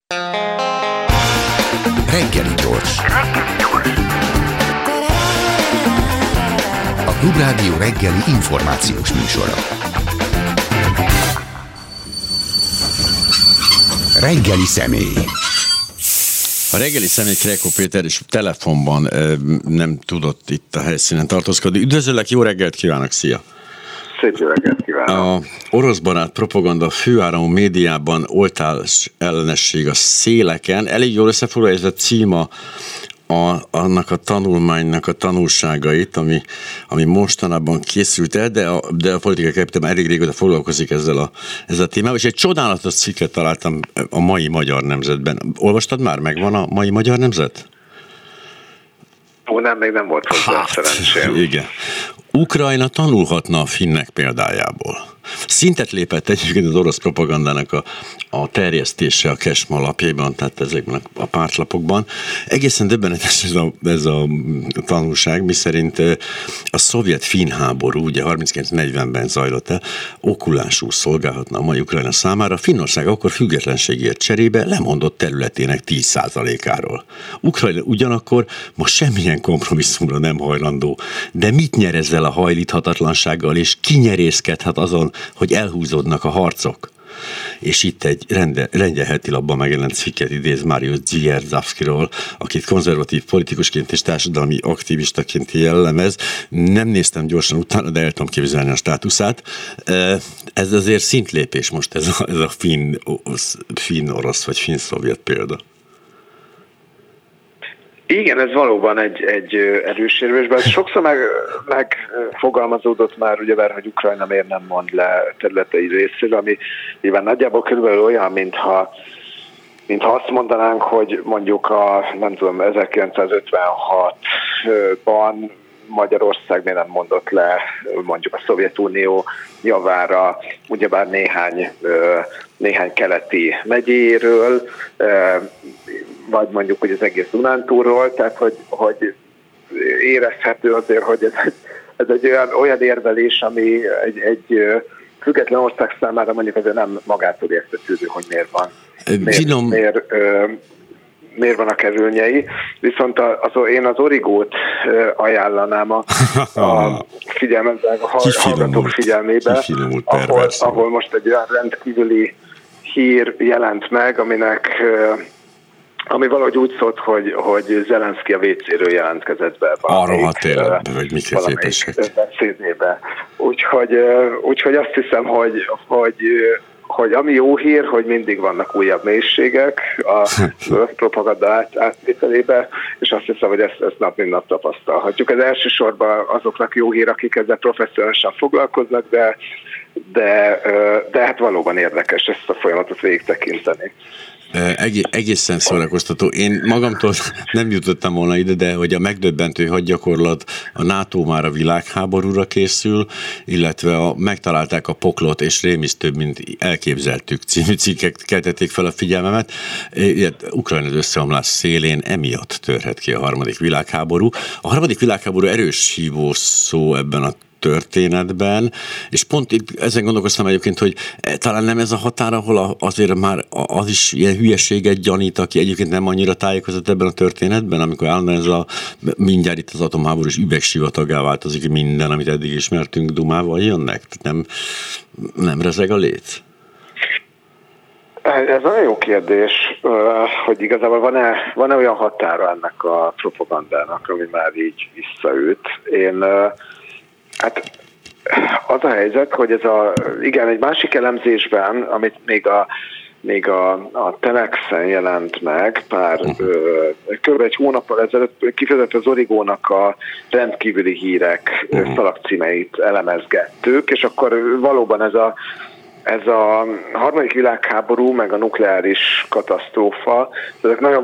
Reggeli gyors. A Klubrádió reggeli információs műsora. Reggeli személy. A reggeli személy Krekó Péter és telefonban nem tudott itt a helyszínen tartózkodni. Üdvözöllek, jó reggelt kívánok, szia! Szép jó reggelt kívánok! A orosz barát propaganda főáramú médiában oltás ellenesség a széleken. Elég jól összefoglalja ez a címa annak a tanulmánynak a tanulságait, ami mostanában készült el, de a politikai kapitán elég régóta foglalkozik ezzel a témával, és egy csodálatos cikket találtam a Mai Magyar Nemzetben. Olvastad már? Megvan a Mai Magyar Nemzet? Ó, nem, még nem volt hozzá szerencsém. Igen. Ukrajna tanulhatna a finnek példájából. Szintet lépett egyébként az orosz propagandának a terjesztése a Kesma lapjaiban, tehát ezekben a pártlapokban. Egészen döbbenetes ez a tanulság, miszerint a szovjet-finn háború, ugye 39-40-ben zajlott el, okulásul szolgálhatna a mai Ukrajna számára. Finnország akkor függetlenségért cserébe lemondott területének 10%-áról. Ukrajna ugyanakkor most semmilyen kompromisszumra nem hajlandó, de mit nyer ezzel a hajlíthatatlansággal, és kinyerészkedhet azon, hogy elhúzódnak a harcok? És itt egy lengyel heti lapban megjelent cikket idéz Mariusz Dzsierdzavszkiról, akit konzervatív politikusként és társadalmi aktivistaként jellemez. Nem néztem gyorsan utána, de el tudom képzelni a státuszát. Ez azért szintlépés most, ez a finn-orosz vagy finn-szovjet példa. Igen, ez valóban egy erős érvésben. Sokszor megfogalmazódott már, ugye, hogy Ukrajna miért nem mond le területei részéről, ami nyilván nagyjából körülbelül olyan, mintha azt mondanánk, hogy mondjuk 1956-ban Magyarország miért nem mondott le mondjuk a Szovjetunió javára, ugyebár néhány keleti megyéről, vagy mondjuk hogy az egész Dunántúlról, tehát hogy érezhető azért, hogy ez egy olyan érvelés, ami egy független ország számára mondjuk azért nem magától értetődő, hogy miért van. Miért vannak erőnyei, viszont én az Origót ajánlanám a hallgatók figyelmébe, ahol most egy olyan rendkívüli hír jelent meg, ami valahogy úgy szólt, hogy Zelenszky a WC-ről jelentkezett be valamelyik beszédébe. Úgyhogy azt hiszem, hogy ami jó hír, hogy mindig vannak újabb mélységek a propaganda átvételébe, és azt hiszem, hogy ezt nap mint nap tapasztalhatjuk. Ez elsősorban azoknak jó hír, akik ezzel professzionálisan foglalkoznak, de hát valóban érdekes ezt a folyamatot végig tekinteni. Egészen szórakoztató. Én magamtól nem jutottam volna ide, de hogy a megdöbbentő hadgyakorlat, a NATO már a világháborúra készül, illetve megtalálták a poklot, és rémisztőbb, mint elképzeltük című cikkek keltették fel a figyelmemet. Ukrajna az összeomlás szélén emiatt törhet ki a harmadik világháború. A harmadik világháború erős hívó szó ebben a történetben, és pont itt ezen gondolkoztam egyébként, hogy talán nem ez a határ, ahol azért már az is ilyen hülyeséget gyanít, aki egyébként nem annyira tájékozott ebben a történetben, amikor állandóan mindjárt itt az atomháborús üvegsivatagá változik minden, amit eddig ismertünk, dumával jönnek? Nem rezeg a léc? Ez nagyon jó kérdés, hogy igazából van-e olyan határa ennek a propagandának, ami már így visszaüt. Hát az a helyzet, hogy egy másik elemzésben, amit még a Telexen jelent meg kb. Egy hónappal ezelőtt kifejezetten az Origónak a rendkívüli hírek szalagcímeit elemezgettük, és akkor valóban ez a harmadik világháború, meg a nukleáris katasztrófa, ezek nagyon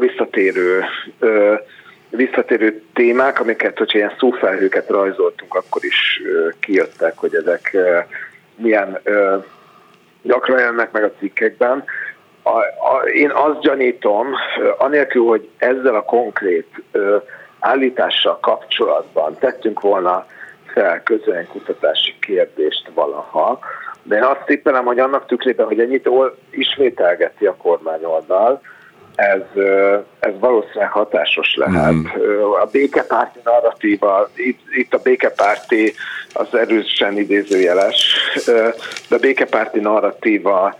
visszatérő témák, amiket, hogyha ilyen szófelhőket rajzoltunk, akkor is kijöttek, hogy ezek milyen gyakran jönnek meg a cikkekben. Én azt gyanítom, anélkül, hogy ezzel a konkrét állítással kapcsolatban tettünk volna fel közönkutatási kérdést valaha, de én azt tippelem, hogy annak tükrében, hogy ennyit ismételgeti a kormányoldal, ez valószínűleg hatásos lehet. A békepárti narratíva, itt a békepárti az erősen idézőjeles, de a békepárti narratíva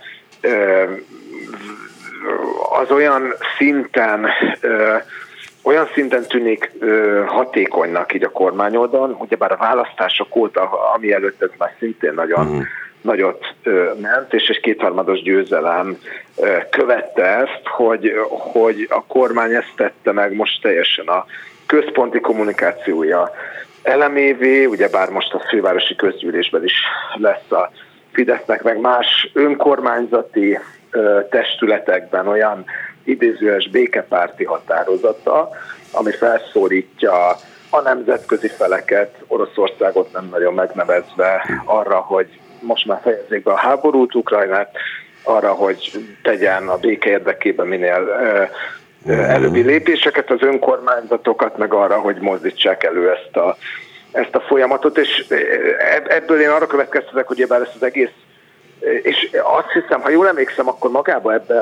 az olyan szinten tűnik hatékonynak így a kormányoldalon, ugyebár a választások óta, ami előtt ez már szintén nagyon nagyot ment, és egy kétharmados győzelem követte ezt, hogy a kormány ezt tette meg most teljesen a központi kommunikációja elemévé, ugyebár most a fővárosi közgyűlésben is lesz a Fidesznek, meg más önkormányzati testületekben olyan idézőes békepárti határozata, ami felszólítja a nemzetközi feleket, Oroszországot nem nagyon megnevezve arra, hogy most már fejezzék be a háborút, Ukrajnát, arra, hogy tegyen a béke érdekében minél előbbi lépéseket, az önkormányzatokat, meg arra, hogy mozdítsák elő ezt a folyamatot, és ebből én arra következtetek, hogy ebben lesz az egész, és azt hiszem, ha jól emlékszem, akkor magába ebbe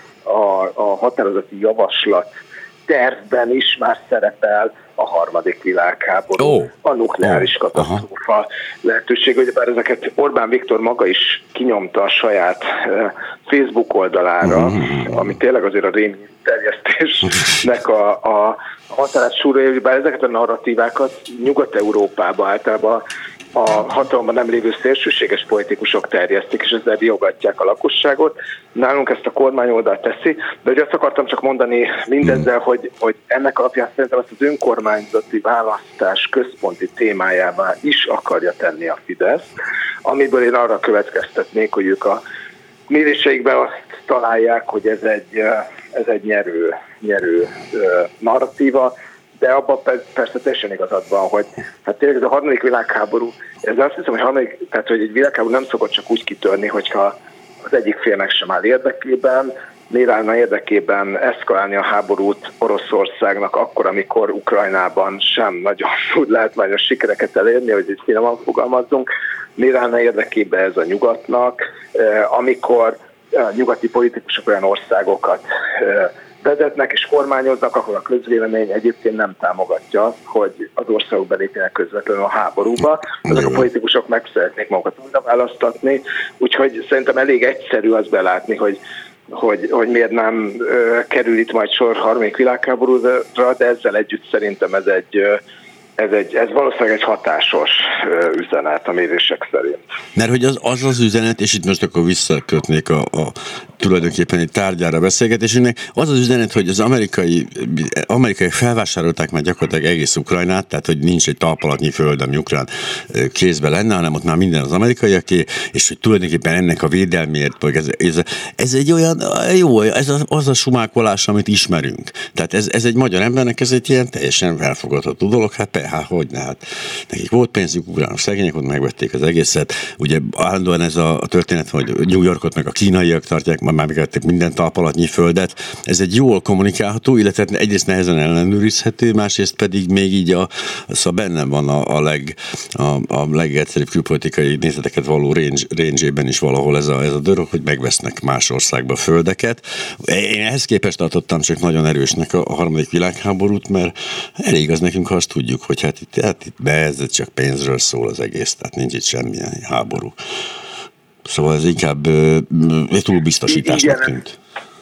a határozati javaslat tervben is már szerepel a harmadik világháború, a nukleáris katasztrófa lehetőség, hogy bár ezeket Orbán Viktor maga is kinyomta a saját Facebook oldalára, ami tényleg azért a rémi terjesztésnek a határát súrolja, hogy bár ezeket a narratívákat Nyugat-Európában általában a hatalomban nem lévő szélsőséges politikusok terjesztik, és ezzel riogatják a lakosságot. Nálunk ezt a kormányoldal teszi, de hogy azt akartam csak mondani mindezzel, hogy ennek alapján szerintem ezt az önkormányzati választás központi témájává is akarja tenni a Fidesz, amiből én arra következtetnék, hogy ők a méréseikben azt találják, hogy ez egy nyerő narratíva, de abban persze teljesen igazad van, hogy hát tényleg ez a harmadik világháború, ez azt hiszem, hogy egy világháború nem szokott csak úgy kitörni, hogyha az egyik félnek sem áll érdekében, miért állna érdekében eszkalálni a háborút Oroszországnak akkor, amikor Ukrajnában sem nagyon tud látványos sikereket elérni, hogy így finoman fogalmazzunk, miért állna érdekében ez a nyugatnak, amikor nyugati politikusok olyan országokat vezetnek és kormányoznak, ahol a közvélemény egyébként nem támogatja, hogy az országok belépjenek közvetlenül a háborúba. Ezek a politikusok meg szeretnék magukat újra választatni, úgyhogy szerintem elég egyszerű az belátni, hogy miért nem kerül itt majd sor harmadik világháborúra, de ezzel együtt szerintem ez valószínűleg egy hatásos üzenet a mérések szerint. Mert hogy az üzenet, és itt most akkor visszakötnék a tulajdonképpen egy tárgyára beszélgetésünknek, az üzenet, hogy az amerikai felvásárolták már gyakorlatilag egész Ukrajnát, tehát hogy nincs egy talpalatnyi föld, ami ukrán kézben lenne, hanem ott már minden az amerikaiaké, és hogy tulajdonképpen ennek a védelmért, ez egy olyan jó, az a sumákolás, amit ismerünk. Tehát ez egy magyar embernek, ez egy ilyen teljesen elfogadható dolog, hát nekik volt pénzük, ukránok szegények, ott megvették az egészet. Ugye állandóan ez a történet, hogy New Yorkot meg a kínaiak tartják, már megvették minden talpalatnyi földet. Ez egy jól kommunikálható, illetve egyrészt nehezen ellenőrizhető, másrészt pedig még így szóval bennem van a legegyszerűbb külpolitikai nézeteket való range-ében is valahol ez a dolog, hogy megvesznek más országba földeket. Én ehhez képest tartottam csak nagyon erősnek a harmadik világháborút, mert elég az nekünk, ha azt tudjuk, hogy hát itt ez csak pénzről szól az egész, tehát nincs itt semmilyen háború. Szóval ez inkább egy túlbiztosításnak tűnt.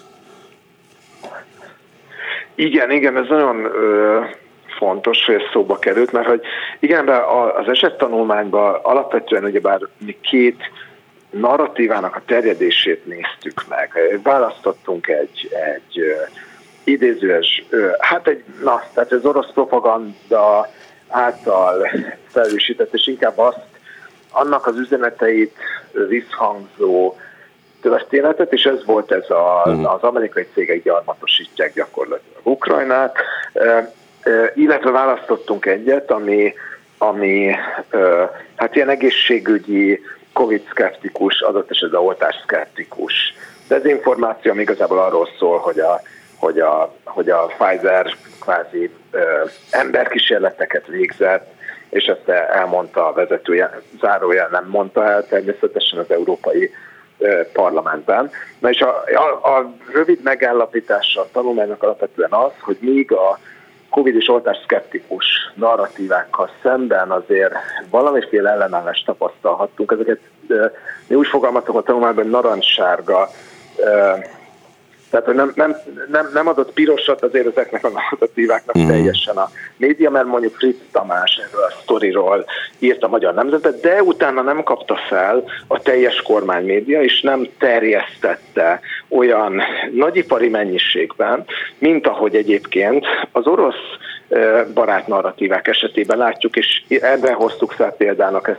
Igen, ez nagyon fontos, hogy ez szóba került, mert hogy igen, az esettanulmányban alapvetően ugyebár mi két narratívának a terjedését néztük meg. Választottunk egy idézőes, tehát az orosz propaganda által felősített, és inkább annak az üzeneteit visszhangzó történetet, és ez volt az amerikai cégek gyarmatosítják gyakorlatilag Ukrajnát, illetve választottunk egyet, ami hát ilyen egészségügyi, Covid-szkeptikus, adott esetben oltás-szkeptikus dezinformáció, ami igazából arról szól, hogy a Pfizer kvázi emberkísérleteket végzett, és ezt elmondta a vezetője, zárójel nem mondta el természetesen az Európai parlamentben. Na és a rövid megállapítása a tanulmánynak alapvetően az, hogy míg a Covid és oltás szkeptikus narratívákkal szemben azért valamiféle ellenállást tapasztalhattunk. Ezeket mi úgy fogalmaztunk a tanulmányban, hogy narancssárga, tehát hogy nem adott pirosat azért ezeknek a narratíváknak teljesen a média, mert mondjuk Fritz Tamás erről a sztoriról írt a Magyar Nemzetet, de utána nem kapta fel a teljes kormánymédia, és nem terjesztette olyan nagyipari mennyiségben, mint ahogy egyébként az orosz barát narratívák esetében látjuk, és ebben hoztuk fel példának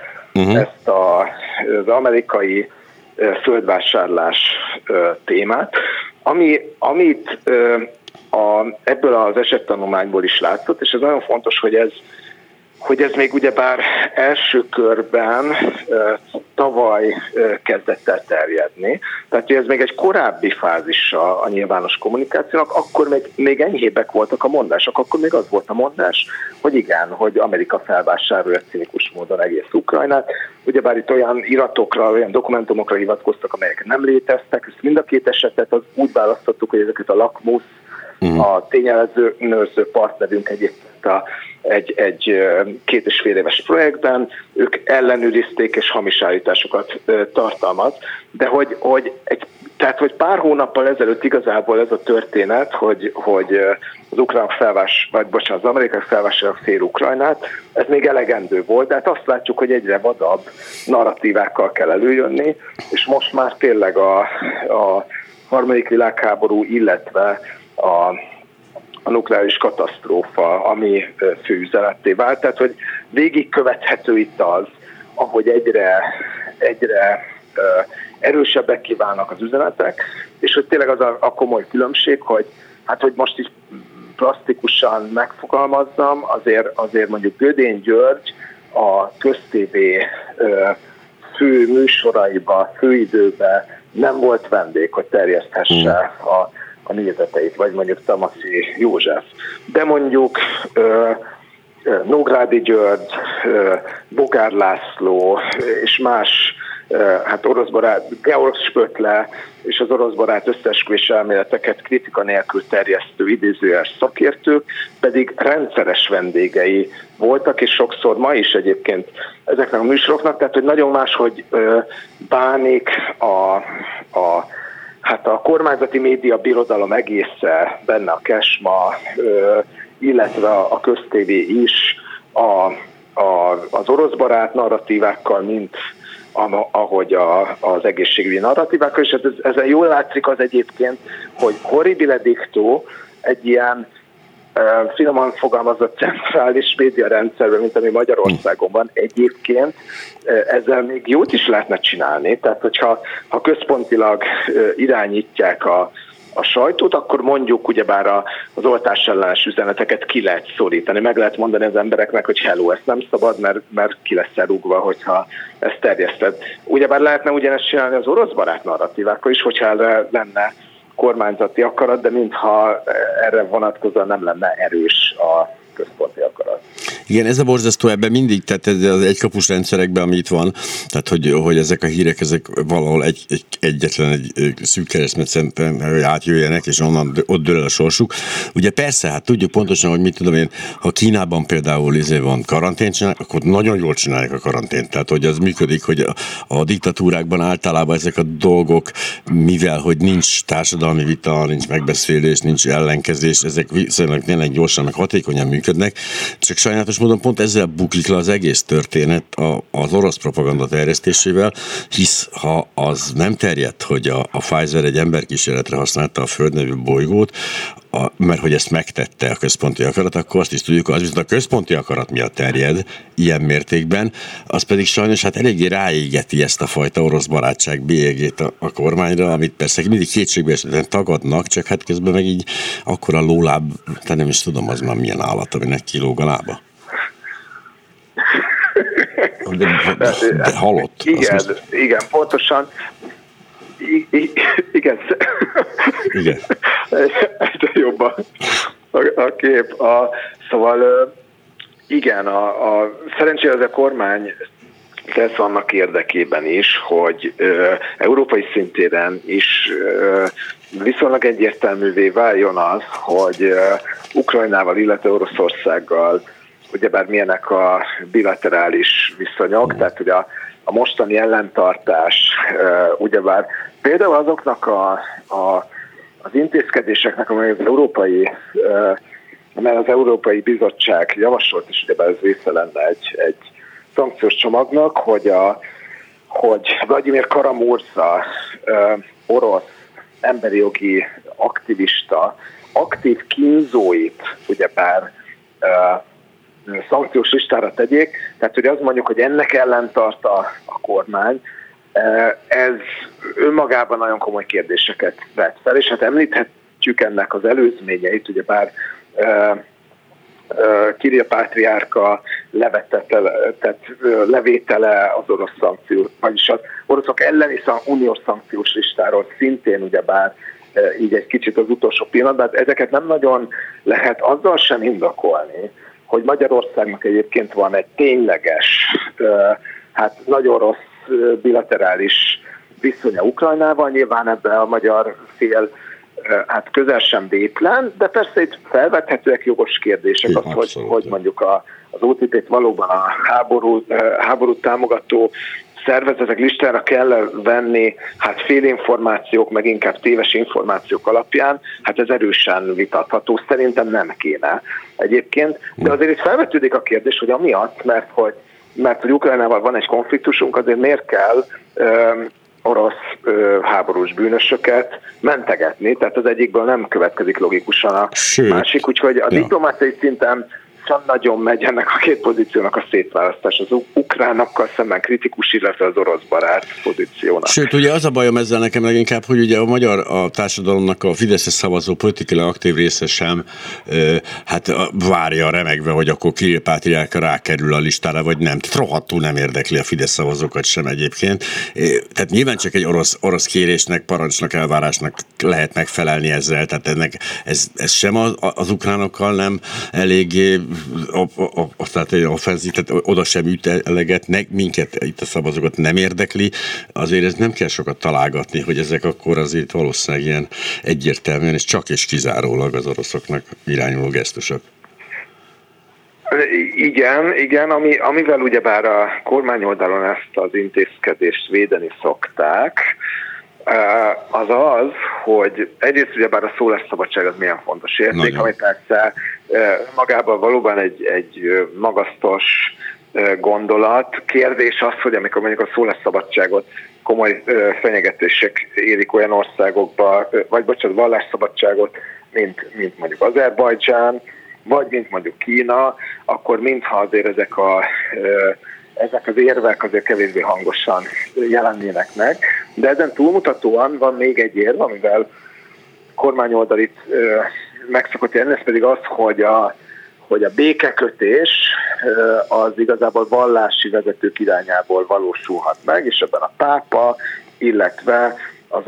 az amerikai földvásárlás témát, amit ebből az esettanulmányból is látszott, és ez nagyon fontos, hogy ez még ugyebár első körben tavaly kezdett el terjedni. Tehát ez még egy korábbi fázisa a nyilvános kommunikációnak, akkor még enyhébbek voltak a mondások, akkor még az volt a mondás, hogy igen, hogy Amerika felvásárolja cinikus módon egész Ukrajnát. Ugyebár itt olyan iratokra, olyan dokumentumokra hivatkoztak, amelyek nem léteztek, ezt mind a két esetet az úgy választottuk, hogy ezeket a lakmusz, a tényelező partnerünk egyébként egy 2,5 éves projektben, ők ellenőrizték és hamis állításokat tartalmaz, de hogy pár hónappal ezelőtt igazából ez a történet, hogy az amerikai felvásárolják fél Ukrajnát, ez még elegendő volt, de hát azt látjuk, hogy egyre vadabb narratívákkal kell előjönni, és most már tényleg a harmadik világháború, illetve a nukleáris katasztrófa, ami fő üzenetté vált. Tehát, hogy végigkövethető itt az, ahogy egyre erősebbek kívánnak az üzenetek, és hogy tényleg az a komoly különbség, hogy most így plastikusan megfogalmazzam, azért mondjuk Gödény György a köztévé fő műsoraiba, főidőbe nem volt vendég, hogy terjeszthesse a nézeteit, vagy mondjuk Tamaszi József. De mondjuk Nógrádi György, Bogár László és más orosz barát, Georg Spötle és az orosz barát összeesküvés elméleteket kritika nélkül terjesztő idézőjeles szakértők pedig rendszeres vendégei voltak, és sokszor ma is egyébként ezeknek a műsoroknak, tehát hogy nagyon máshogy bánik a kormányzati média birodalom egésze, benne a Kesma, illetve a köztévé is az orosz barát narratívákkal, mint ahogy az egészségügyi narratívákkal, és ezen jól látszik az egyébként, hogy horribile dicto egy ilyen finoman fogalmazott centrális médiarendszerben, mint ami Magyarországon van, egyébként ezzel még jót is lehetne csinálni. Tehát, hogyha központilag irányítják a sajtót, akkor mondjuk ugyebár az oltás ellenes üzeneteket ki lehet szorítani. Meg lehet mondani az embereknek, hogy hello, ezt nem szabad, mert ki lesz rúgva, hogyha ezt terjeszted. Ugyebár lehetne ugyanezt csinálni az orosz barát narratívákkal is, hogyha erre lenne kormányzati akarat, de mintha erre vonatkozóan nem lenne erős a központi akarat. Igen, ez a borzasztó ebben mindig, tehát ez az egykapus rendszerekben, ami itt van, tehát hogy ezek a hírek, ezek valahol egyetlen egy szűk keresztmetszeten átjöjjenek, és onnan ott dől el a sorsuk. Ugye persze, hát tudjuk pontosan, hogy mit tudom én, ha Kínában például van karantént csinálják, akkor nagyon jól csinálják a karantént. Tehát, hogy az működik, hogy a diktatúrákban általában ezek a dolgok, mivel, hogy nincs társadalmi vita, nincs megbeszélés, nincs ellenkezés, ezek viszonylag tényleg gyorsan, meg hatékonyan működnek, csak sajnálatos módon pont ezzel bukik le az egész történet az orosz propaganda terjesztésével, hisz ha az nem terjedt, hogy a Pfizer egy emberkísérletre használta a Föld nevű bolygót, mert hogy ezt megtette a központi akarat, akkor azt is tudjuk, az viszont a központi akarat miatt terjed ilyen mértékben, az pedig sajnos eléggé ráégeti ezt a fajta orosz barátság bélyegét a kormányra, amit persze mindig kétségbe esetben tagadnak, csak közben meg így akkora lóláb, tehát nem is tudom, az már milyen állat, aminek kilóg a lába. De halott. Igen, pontosan. Igen. Egyre jobb a kép. Szóval igen, szerencsére ez a kormány tesz annak érdekében is, hogy európai szintéren is viszonylag egyértelművé váljon az, hogy Ukrajnával, illetve Oroszországgal ugyebár milyenek a bilaterális viszonyok, tehát ugye a mostani ellentartás, ugyebár például azoknak az intézkedéseknek, amely az Európai Bizottság javasolt, és ugyebár ez része lenne egy szankciós csomagnak, hogy Vladimir Kara-Murza, orosz emberi jogi aktivista, aktív kínzóit ugyebár szankciós listára tegyék, tehát hogy azt mondjuk, hogy ennek ellen tart a kormány, ez önmagában nagyon komoly kérdéseket vet fel, és hát említhetjük ennek az előzményeit, ugyebár Kirill pátriárka levétele az orosz szankció, vagyis az oroszok elleni uniós szankciós listáról szintén ugyebár így egy kicsit az utolsó pillanatban, ezeket nem nagyon lehet azzal sem indokolni, hogy Magyarországnak egyébként van egy tényleges, hát nagyon rossz bilaterális viszonya Ukrajnával, nyilván ebben a magyar fél hát közel sem vétlen, de persze itt felvethetőek jogos kérdések, hogy mondjuk az OTP-t valóban a háborút támogató szervezetek listára kell venni, hát félinformációk, meg inkább téves információk alapján, hát ez erősen vitatható, szerintem nem kéne egyébként, de azért itt felvetődik a kérdés, hogy amiatt, mert hogy Ukrajnával van egy konfliktusunk, azért miért kell orosz háborús bűnösöket mentegetni, tehát az egyikből nem következik logikusan a másik, úgyhogy a diplomáciai szinten sem nagyon megy ennek a két pozíciónak a szétválasztás, az ukránokkal szemben kritikus, illetve az orosz barát pozíciónak. Sőt, ugye az a bajom ezzel nekem leginkább, hogy ugye a társadalomnak a Fideszes szavazó politikailag aktív része sem hát várja remegve, hogy akkor Kirill pátriárka rákerül a listára, vagy nem. Rohadtul nem érdekli a Fidesz szavazókat sem egyébként. Tehát nyilván csak egy orosz kérésnek, parancsnak, elvárásnak lehet megfelelni ezzel, tehát ennek ez sem az ukránokkal nem eléggé tehát egy offenzív, tehát oda sem üt eleget, minket itt a szavazókat nem érdekli, azért ez nem kell sokat találgatni, hogy ezek akkor azért valószínűleg ilyen egyértelműen és csak és kizárólag az oroszoknak irányuló gesztusok. Igen, amivel ugyebár a kormányoldalon ezt az intézkedést védeni szokták, az, hogy egyrészt ugyebár a szólásszabadság az milyen fontos érték, ami persze magában valóban egy magasztos gondolat. Kérdés az, hogy amikor mondjuk a szólásszabadságot komoly fenyegetések érik olyan országokba, vallásszabadságot, mint mondjuk Azerbajdzsán, vagy mint mondjuk Kína, akkor mintha azért ezek az érvek azért kevésbé hangosan jelennének meg. De ezen túlmutatóan van még egy érv, amivel kormányoldalit meg szokott jelenni, ez pedig az, hogy a békekötés az igazából vallási vezetők irányából valósulhat meg, és ebben a pápa, illetve az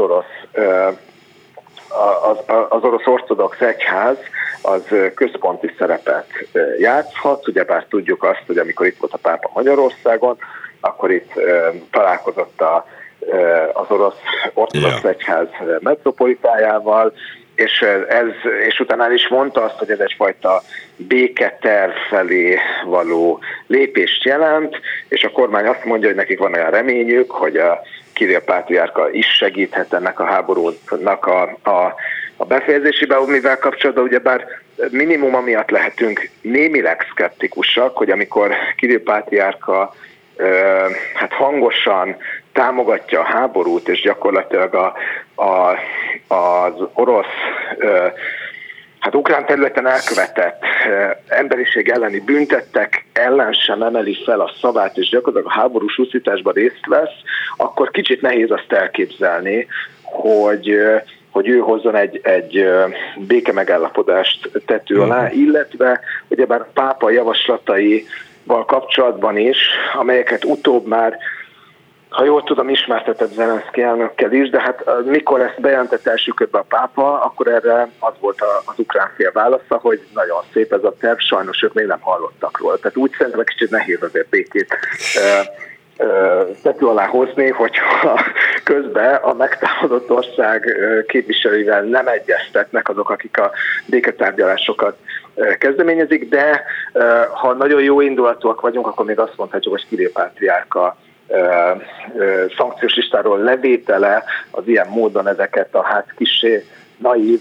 orosz ortodox egyház az központi szerepet játszhat. Ugyebár tudjuk azt, hogy amikor itt volt a pápa Magyarországon, akkor itt találkozott az orosz ortodox egyház metropolitájával, és utána is mondta azt, hogy ez egyfajta béketerv felé való lépést jelent, és a kormány azt mondja, hogy nekik van olyan reményük, hogy a Kirill pátriárka is segíthet ennek a háborúnak a befejezésében, mivel kapcsolatban ugyebár minimum amiatt lehetünk némileg szkeptikusak, hogy amikor Kirill pátriárka hát hangosan támogatja a háborút, és gyakorlatilag az orosz hát ukrán területen elkövetett emberiség elleni büntettek ellen sem emeli fel a szavát, és gyakorlatilag a háborús úszításban részt vesz, akkor kicsit nehéz azt elképzelni, hogy ő hozzon egy béke megállapodást tető alá, illetve ugyebár a pápa javaslataival kapcsolatban is, amelyeket utóbb már, ha jól tudom, ismertetett Zelenszky elnökkel is, de hát mikor ezt bejelentett első körben a pápa, akkor erre az volt az ukrán fél válasza, hogy nagyon szép ez a terv, sajnos ők még nem hallottak róla. Tehát úgy szerintem egy kicsit nehéz azért békét tető alá hozni, hogyha közben a megtámadott ország képviselőivel nem egyeztetnek azok, akik a béketárgyalásokat kezdeményezik, de ha nagyon jó indulatúak vagyunk, akkor még azt mondhatjuk, hogy Kirill pátriárka szankciós listáról levétele az ilyen módon ezeket a kissé naív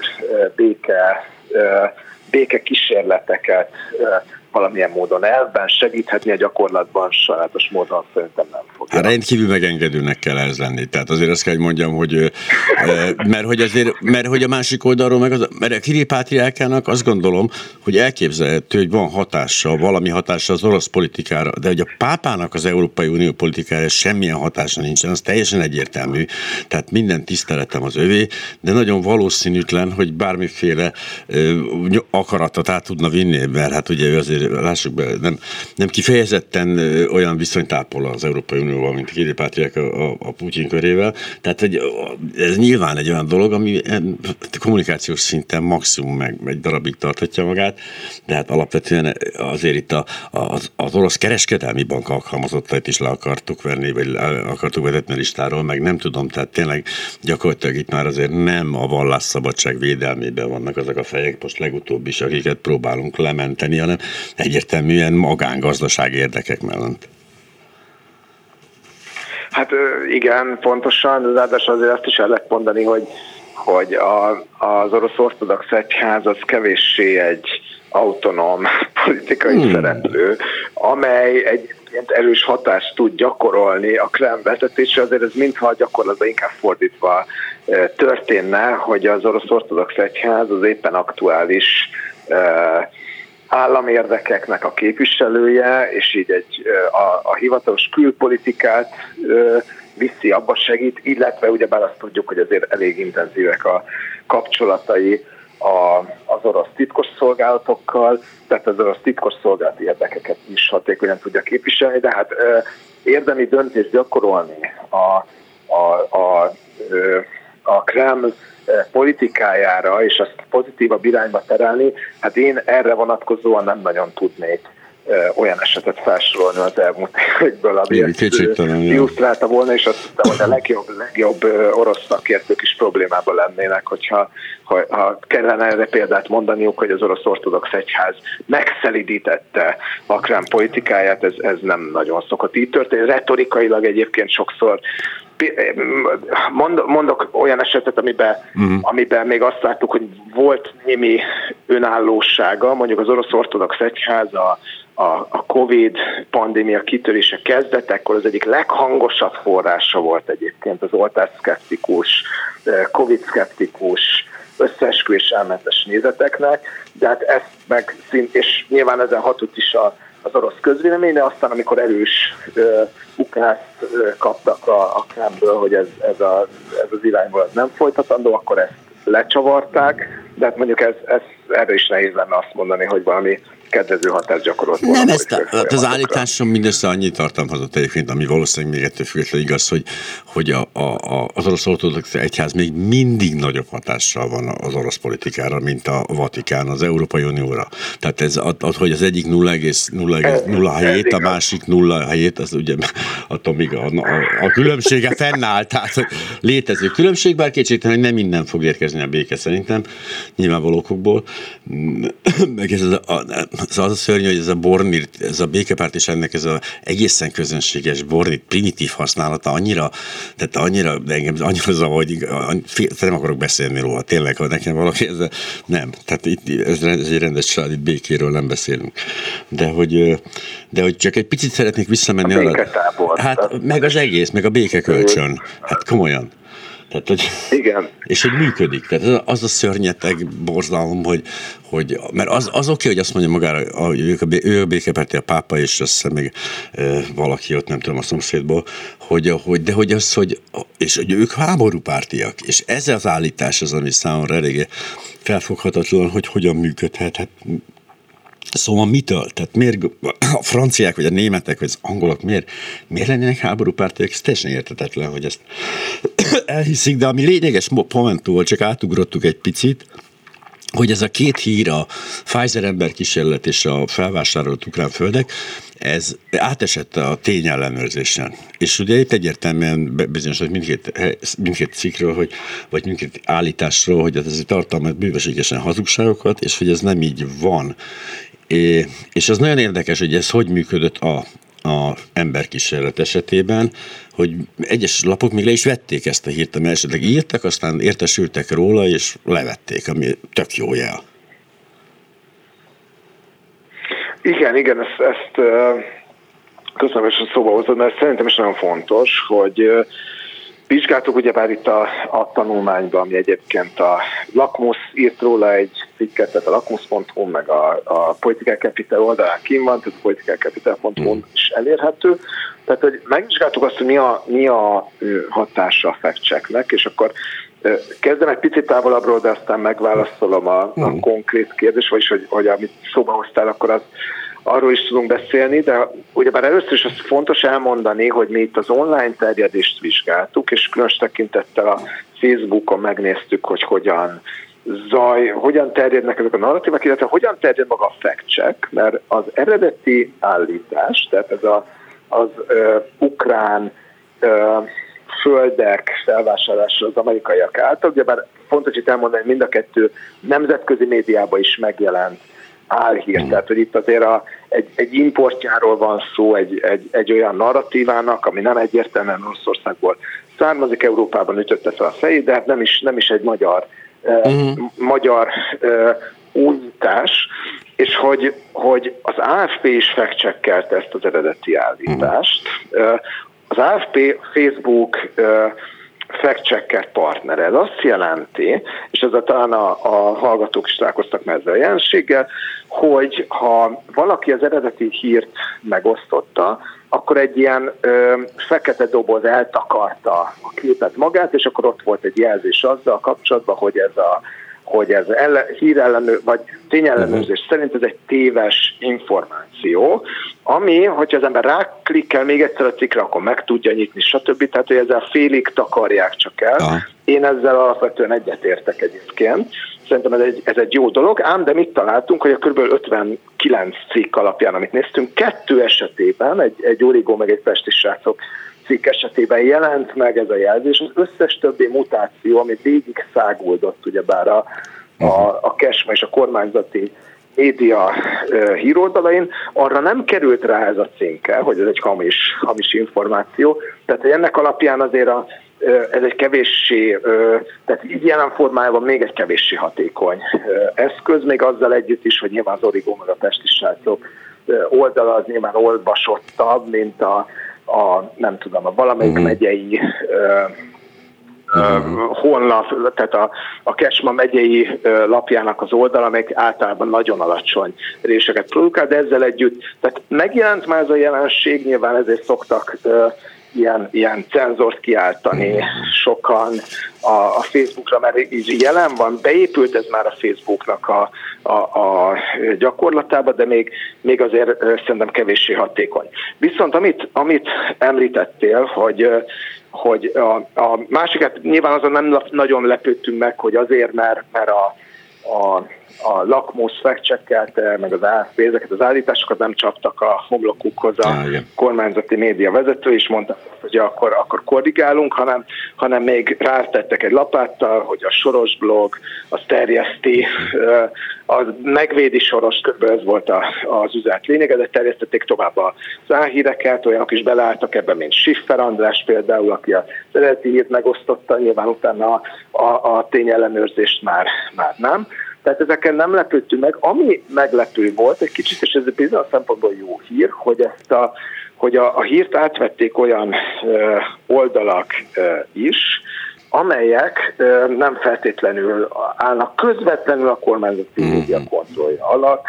béke kísérleteket valamilyen módon elben segíthetni, a gyakorlatban sajátos módon szerintem nem fogja. Hát rendkívül megengedőnek kell ez lenni. Tehát azért azt kell, hogy mondjam, hogy mert hogy a másik oldalról mert a Kirill pátriárkának azt gondolom, hogy elképzelhető, hogy van hatása, valami hatása az orosz politikára, de hogy a pápának az Európai Unió politikára semmilyen hatása nincsen, az teljesen egyértelmű. Tehát minden tiszteletem az övé, de nagyon valószínűtlen, hogy bármiféle akaratot át tudna vinni, mert hát ugye ő azért lássuk be, nem kifejezetten olyan viszonyt ápol az Európai Unióval, mint Kirill pátriárka a Putyin körével. Tehát ez nyilván egy olyan dolog, ami kommunikációs szinten maximum meg egy darabig tarthatja magát, de hát alapvetően azért itt az orosz kereskedelmi bank alkalmazottait is le akartuk venni, vagy akartuk vezetni a listáról, meg nem tudom, tehát tényleg gyakorlatilag itt már azért nem a vallásszabadság védelmében vannak azok a fejek, most legutóbb is, akiket próbálunk lementeni, hanem egyértelműen magángazdaság érdekek mellett. Hát igen, pontosan, ráadásul azért azt is el lehet mondani, hogy az orosz ortodox egyház az kevéssé egy autonóm politikai szereplő, amely egyébként erős hatást tud gyakorolni a Kreml vezetésre, azért ez mintha gyakorlatban inkább fordítva történne, hogy az orosz ortodox egyház az éppen aktuális államérdekeknek a képviselője, és így a hivatalos külpolitikát viszi, abba segít, illetve ugyebár azt tudjuk, hogy azért elég intenzívek a kapcsolatai az orosz titkosszolgálatokkal, tehát az orosz titkosszolgálati érdekeket is hatékonyan tudja képviselni, de hát érdemi döntést gyakorolni a Kreml politikájára, és azt pozitívabb irányba terelni, hát én erre vonatkozóan nem nagyon tudnék olyan esetet felsorolni az elmúlt évekből, ami ezt illusztrálta volna, és azt hiszem, hogy a legjobb orosz szakértők is problémában lennének, hogyha kellene erre példát mondaniuk, hogy az orosz ortodox egyház megszelidítette a Kreml politikáját, ez nem nagyon szokott így történni. Retorikailag egyébként sokszor mondok olyan esetet, amiben még azt láttuk, hogy volt némi önállósága, mondjuk az orosz ortodox egyház a Covid pandémia kitörése kezdetekor az egyik leghangosabb forrása volt egyébként az oltásszkeptikus, Covid-szkeptikus, összeesküvés elmentes nézeteknek, de hát ezt és nyilván ezen hatott is az orosz közvélemény, de aztán, amikor erős ukászt kaptak a Kremlből, hogy ez az irányból nem folytatandó, akkor ezt lecsavarták, de hát mondjuk erre is nehéz lenne azt mondani, hogy valami kedvező hatást gyakorolt volna. Nem, az állításom mindössze annyit tartalmazott egyébként, ami valószínűleg még ettől függetlenül igaz, hogy az orosz ortodox egyház még mindig nagyobb hatással van az orosz politikára, mint a Vatikán az Európai Unióra. Tehát ez, hogy az egyik 0,07, a másik 0,7, az ugye attól még a különbsége fennáll, tehát létező különbség, bár kétségtelen, hogy nem minden fog érkezni a béke szerintem, nyilvánvaló okokból. Meg ez az a szörnyű, hogy ez a Bornir, ez a békepárt és ennek ez az egészen közönséges Bornir primitív használata annyira zavar, hogy nem akarok beszélni róla, tényleg, ha nekem valaki ezzel, nem. Tehát itt ez egy rendes családi békéről nem beszélünk. De hogy csak egy picit szeretnék visszamenni arra. Hát meg az egész, meg a békekölcsön. Hát komolyan. Tehát, igen. És hogy működik. Tehát az a szörnyeteg borzalom, hogy mert az oké, hogy azt mondja magára, ő a békepárti, a pápa, és azt hiszem még valaki ott, nem tudom, a szomszédból, de hogy ők háborúpártiak, és ez az állítás az, ami számomra eléggé felfoghatatlan, hogy hogyan működhet. Hát, szóval mitől? Tehát miért a franciák, vagy a németek, vagy az angolok miért lennének háborúpártiak? Ez teljesen érthetetlen, hogy ezt elhiszik, de ami lényeges momentum volt, csak átugrottuk egy picit, hogy ez a két hír, a Pfizer emberkísérlet és a felvásárolt ukrán földek, ez átesett a tényellenőrzésen. És ugye itt egyértelműen bizonyos, mindkét cikkről, vagy mindkét állításról, hogy ez tartalmaz bűvöségesen hazugságokat, és hogy ez nem így van. És az nagyon érdekes, hogy ez hogy működött a emberkísérlet esetében, hogy egyes lapok még le is vették ezt a hírt, ami esetleg írtak, aztán értesültek róla, és levették, ami tök jó jel. Igen, ezt köszönöm, hogy szóba hozod, mert szerintem is nagyon fontos, hogy vizsgáltuk ugyebár itt a tanulmányban, ami egyébként a Lakmus írt róla egy cikket, tehát a lakmus.hu, meg a Political Capital oldalán kín van, tehát a politicalcapital.hu is elérhető. Tehát, hogy megvizsgáltuk azt, hogy mi a hatása a fact-checknek, és akkor kezdem egy picit távolabbról, de aztán megválaszolom a konkrét kérdést, vagyis hogy amit szóba hoztál, akkor arról is tudunk beszélni, de ugyebár először is az fontos elmondani, hogy mi itt az online terjedést vizsgáltuk, és különös tekintettel a Facebookon megnéztük, hogy hogyan terjednek ezek a narratívák, illetve hogyan terjed maga a fact-check, mert az eredeti állítás, tehát ez az ukrán földek felvásárlása az amerikaiak által, ugyebár fontos itt elmondani, hogy mind a kettő nemzetközi médiában is megjelent álhír, tehát hogy itt azért egy importjáról van szó, egy olyan narratívának, ami nem egyértelműen Oroszországból származik, Európában ütötte fel a fejét, de hát nem is egy magyar újítás, és hogy az AFP is fact-checkelte ezt az eredeti állítást. Az AFP Facebook fact-checker partnere. Ez azt jelenti, és ezzel talán a hallgatók is találkoztak már ezzel a jelenséggel, hogy ha valaki az eredeti hírt megosztotta, akkor egy ilyen fekete doboz eltakarta a képet magát, és akkor ott volt egy jelzés azzal kapcsolatban, hogy ez hírellenő, vagy tényellenőrzés szerint ez egy téves információ, ami, hogyha az ember ráklikkel még egyszer a cikkre, akkor meg tudja nyitni, stb. Tehát, hogy ezzel félig takarják csak el. Én ezzel alapvetően egyetértek egyébként. Szerintem ez egy jó dolog, ám de mit találtunk, hogy a kb. 59 cikk alapján, amit néztünk, 2 esetében, egy Origó meg egy Pesti srácok cikk esetében jelent meg ez a jelzés, az összes többi mutáció, ami végig száguldott ugyebár a KESMA és a kormányzati média híroldalain, arra nem került rá ez a címke, hogy ez egy hamis információ. Tehát, hogy ennek alapján azért ez egy kevéssé, tehát így jelen formájában még egy kevéssé hatékony eszköz, még azzal együtt is, hogy nyilván az Origó meg a Pesti srácok oldala az nyilván olvasottabb, mint a nem tudom, a valamelyik megyei honlap, tehát a KESMA megyei lapjának az oldala, amelyik általában nagyon alacsony réseket produkál, de ezzel együtt, tehát megjelent már ez a jelenség, nyilván ezért szoktak ilyen cenzort kiáltani sokan a Facebookra, mert így jelen van, beépült ez már a Facebooknak a gyakorlatába, de még azért szerintem kevéssé hatékony. Viszont amit említettél, hogy a másikat nyilván azon nem nagyon lepődtünk meg, hogy azért, mert a Lakmus fact-checkelte, meg az AFP ezeket az állításokat nem csaptak a homlokukhoz a kormányzati média vezető, és mondta, hogy akkor korrigálunk, hanem még rátettek egy lapáttal, hogy a Soros blog, az terjeszti, az megvédi Soros, kb. Ez volt az üzenet lényege, de terjesztették tovább az álhíreket, olyanok is beleálltak ebben, mint Schiffer András például, aki az eredeti hírt megosztotta, nyilván utána a tényellenőrzést már nem. Tehát ezeken nem lepődtünk meg. Ami meglepő volt egy kicsit, és ez bizonyos szempontból jó hír, hogy a hírt átvették olyan oldalak is, amelyek nem feltétlenül állnak közvetlenül a kormányzati média kontrollja alatt.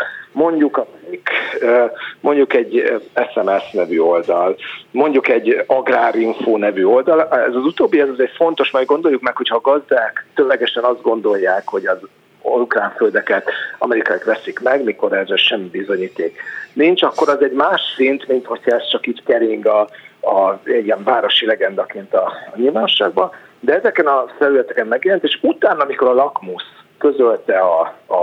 Mondjuk egy SMS nevű oldal, mondjuk egy Agrárinfo nevű oldal. Ez az utóbbi, ez azért fontos, majd gondoljuk meg, hogyha a gazdák ténylegesen azt gondolják, hogy az ukrán földeket amerikaiak veszik meg, mikor erre semmi bizonyíték nincs, akkor az egy más szint, mint hogyha ez csak így kering ilyen városi legendaként a nyilvánosságban, de ezeken a felületeken megjelent, és utána, amikor a Lakmus közölte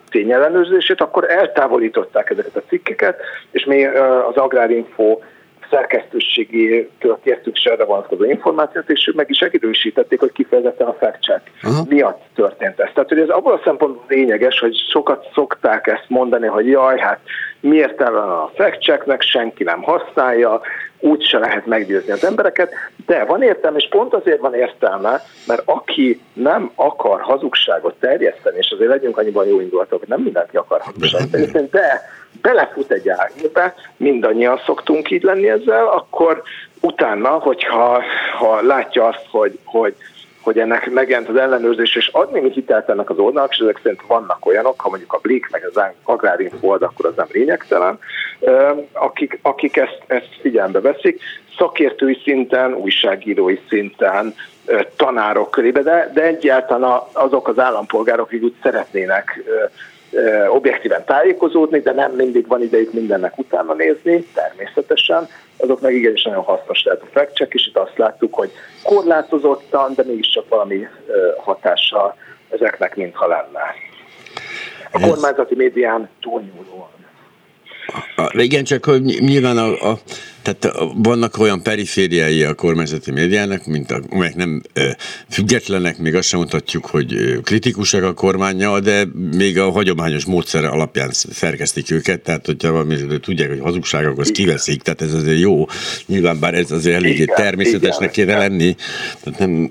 tényellenőrzését, akkor eltávolították ezeket a cikkeket, és mi az Agrárinfo szerkesztőségétől kértük se erre vonatkozó információt, és meg is megerősítették, hogy kifejezetten a fact-check miatt történt ez. Tehát, hogy ez abban a szempontból lényeges, hogy sokat szokták ezt mondani, hogy jaj, hát mi értelme a fact-checknek, senki nem használja, úgy se lehet meggyőzni az embereket, de van értelme, és pont azért van értelme, mert aki nem akar hazugságot terjeszteni, és azért legyünk annyiban jó indulatok, hogy nem mindenki akar hazugságot terjeszteni, de belefut egy ágébe, mindannyian szoktunk így lenni ezzel, akkor utána, hogyha látja azt, hogy ennek megjelent az ellenőrzés, és ad némi hitelt ennek az oldalnak, és ezek szerint vannak olyanok, ha mondjuk a Blik meg az Agrárinfo old, akkor az nem lényegtelen, akik ezt figyelembe veszik, szakértői szinten, újságírói szinten, tanárok körében, de egyáltalán azok az állampolgárok, akik úgy szeretnének objektíven tájékozódni, de nem mindig van idejük mindennek utána nézni, természetesen, azok meg igenis nagyon hasznos lehet a fact-check, és itt azt láttuk, hogy korlátozottan, de mégiscsak valami hatása ezeknek mintha lenne. A kormányzati médián túlnyúlóan. Igen, csak hogy nyilván tehát vannak olyan perifériái a kormányzati médiának, amelyek nem függetlenek, még azt sem mondhatjuk, hogy kritikusak a kormánnyal, de még a hagyományos módszer alapján szerkesztik őket, tehát hogyha valamit tudják, hogy hazugságok, azt kiveszik, tehát ez azért jó. Nyilván bár ez azért eléggé természetesnek kéne lenni, tehát nem,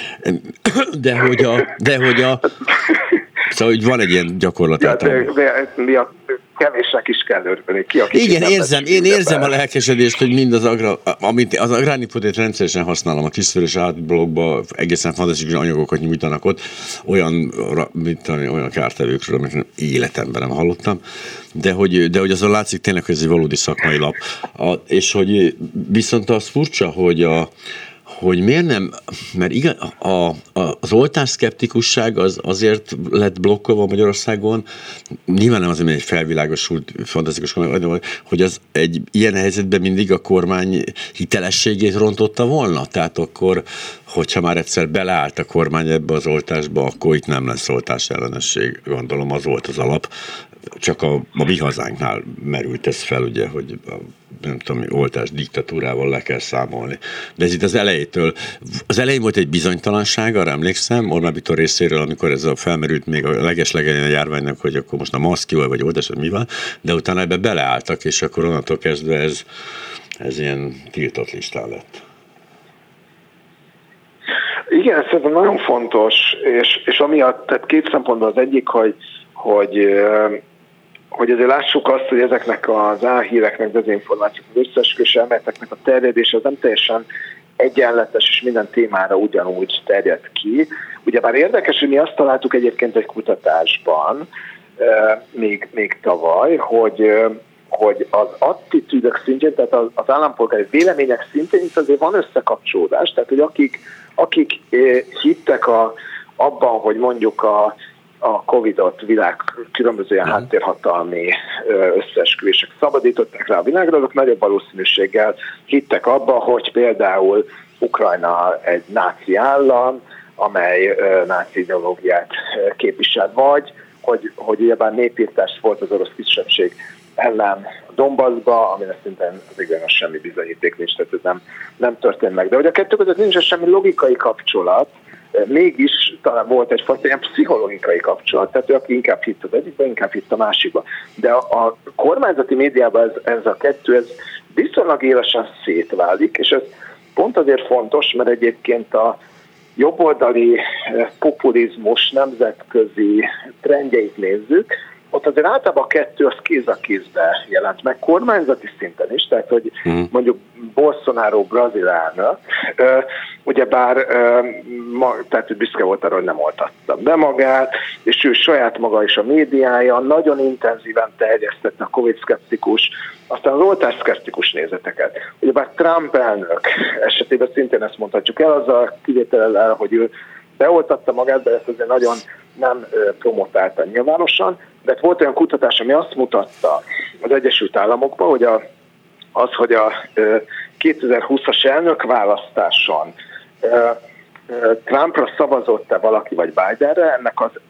de hogy szóval, hogy van egy ilyen gyakorlat. Kevésnek is kell örülni. Igen, én érzem a lelkesedést, hogy mind amit az Agrárinfót rendszeresen használom, a Kisvörös Átblogban egészen fantasztikus anyagokat nyújtanak ott, olyan kártevőkről, amit életemben nem hallottam, de hogy azon látszik tényleg, hogy ez egy valódi szakmai lap. És hogy viszont az furcsa, hogy miért nem, mert igen, az oltásszkeptikusság azért lett blokkolva Magyarországon, nyilván nem azért, mert egy felvilágosult, fantasztikus, hogy az egy ilyen helyzetben mindig a kormány hitelességét rontotta volna, tehát akkor, hogyha már egyszer beleállt a kormány ebbe az oltásba, akkor itt nem lesz oltás ellenesség, gondolom az volt az alap, csak a mi hazánknál merült ez fel, ugye, hogy nem tudom, oltás diktatúrával le kell számolni. De ez itt az elején volt egy bizonytalanság, arra emlékszem, Orbán Viktor részéről, amikor ez felmerült még a legeslegelején a járványnak, hogy akkor most a maszkjól vagy oltás, vagy mi van, de utána ebbe beleálltak, és akkor onnantól kezdve ez ilyen tiltott listán lett. Igen, ez szerintem nagyon fontos, és amiatt, tehát két szempontból az egyik, hogy azért lássuk azt, hogy ezeknek az álhíreknek, dezinformációk, az összeesküvés elméleteknek a terjedése az nem teljesen egyenletes, és minden témára ugyanúgy terjed ki. Ugyebár érdekes, hogy mi azt találtuk egyébként egy kutatásban, még tavaly, hogy az attitűdök szintjén, tehát az állampolgári vélemények szintjén itt azért van összekapcsolódás, tehát hogy akik hittek abban, hogy mondjuk a Covid-ot világ különböző háttérhatalmi összeesküvések szabadították rá a világra, azok nagyobb valószínűséggel hittek abba, hogy például Ukrajna egy náci állam, amely náci ideológiát képvisel, vagy hogy ugyebár népírtás volt az orosz kisebbség ellen a Donbassba, amire szintén az igazán semmi bizonyíték nincs, tehát ez nem történt meg. De hogy a kettő között nincs semmi logikai kapcsolat, mégis talán volt egyfajta ilyen pszichológikai kapcsolat, tehát ő aki inkább hitt az egyikbe, inkább hitt a másikba. De a kormányzati médiában ez a kettő, ez viszonylag élesen szétválik, és ez pont azért fontos, mert egyébként a jobboldali populizmus nemzetközi trendjeit nézzük, ott azért általában a kettő az kéz a kézbe jelent meg kormányzati szinten is, tehát hogy mondjuk Bolsonaro brazil elnök, ugyebár tehát ő büszke volt arra, hogy nem oltatta be magát, és ő saját maga és a médiája nagyon intenzíven terjesztette a Covid-szkeptikus, aztán az oltás-szkeptikus nézeteket. Ugyebár Trump elnök esetében szintén ezt mondhatjuk el, azzal kivétellel, hogy ő beoltatta magát, de ezt azért nagyon nem promotálta nyilvánosan, de volt olyan kutatás, ami azt mutatta az Egyesült Államokban, hogy hogy a 2020-as elnökválasztáson Trumpra szavazott-e valaki vagy Bidenre, ennek az